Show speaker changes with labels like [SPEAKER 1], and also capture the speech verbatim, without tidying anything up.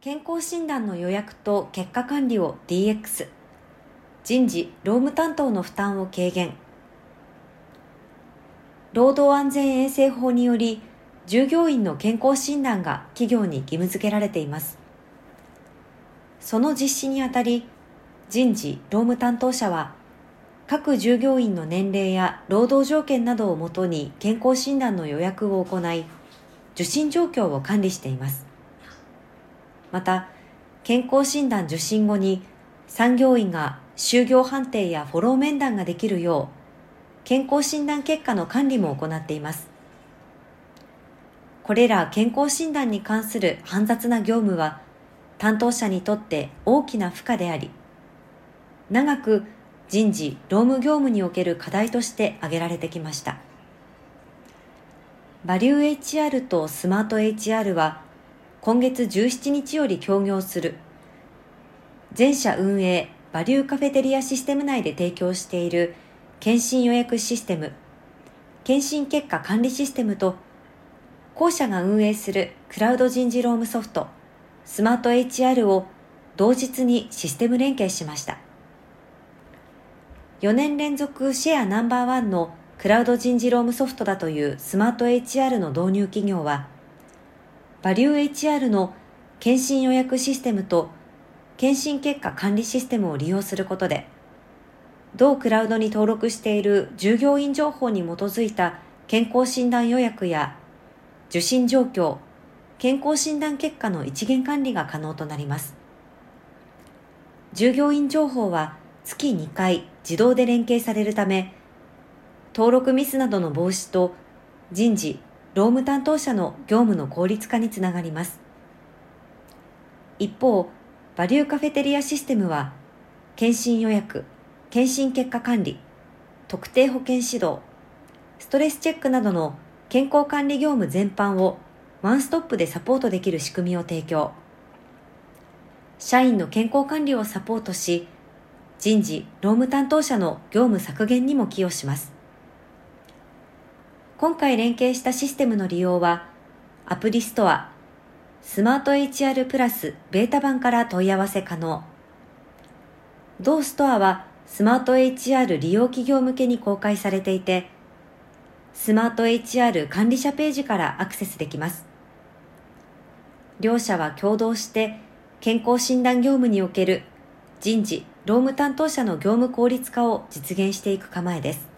[SPEAKER 1] 健康診断の予約と結果管理を ディーエックス、人事・労務担当の負担を軽減。労働安全衛生法により、従業員の健康診断が企業に義務付けられています。その実施にあたり、人事・労務担当者は、各従業員の年齢や労働条件などをもとに健康診断の予約を行い、受診状況を管理しています。また、健康診断受診後に産業医が就業判定やフォロー面談ができるよう、健康診断結果の管理も行っています。これら健康診断に関する煩雑な業務は、担当者にとって大きな負荷であり、長く人事・労務業務における課題として挙げられてきました。バリュー エイチアール とスマート エイチアール は、今月じゅうしちにちより協業する全社運営バリューカフェテリアシステム内で提供している検診予約システム、検診結果管理システムと、後社が運営するクラウド人事労務ソフトスマート エイチアール を同日にシステム連携しました。よねん連続シェアナンバーワンのクラウド人事労務ソフトだというスマート エイチアール の導入企業は、バリュー エイチアール の検診予約システムと検診結果管理システムを利用することで、同クラウドに登録している従業員情報に基づいた健康診断予約や受診状況、健康診断結果の一元管理が可能となります。従業員情報は月にかい自動で連携されるため、登録ミスなどの防止と人事・労務担当者の業務の効率化につながります。一方、バリューカフェテリアシステムは、検診予約、検診結果管理、特定保健指導、ストレスチェックなどの健康管理業務全般をワンストップでサポートできる仕組みを提供。社員の健康管理をサポートし、人事・労務担当者の業務削減にも寄与します。今回連携したシステムの利用は、アプリストア、スマート エイチアール プラスベータ版から問い合わせ可能。同ストアはスマート エイチアール 利用企業向けに公開されていて、スマート エイチアール 管理者ページからアクセスできます。両社は共同して健康診断業務における人事・労務担当者の業務効率化を実現していく構えです。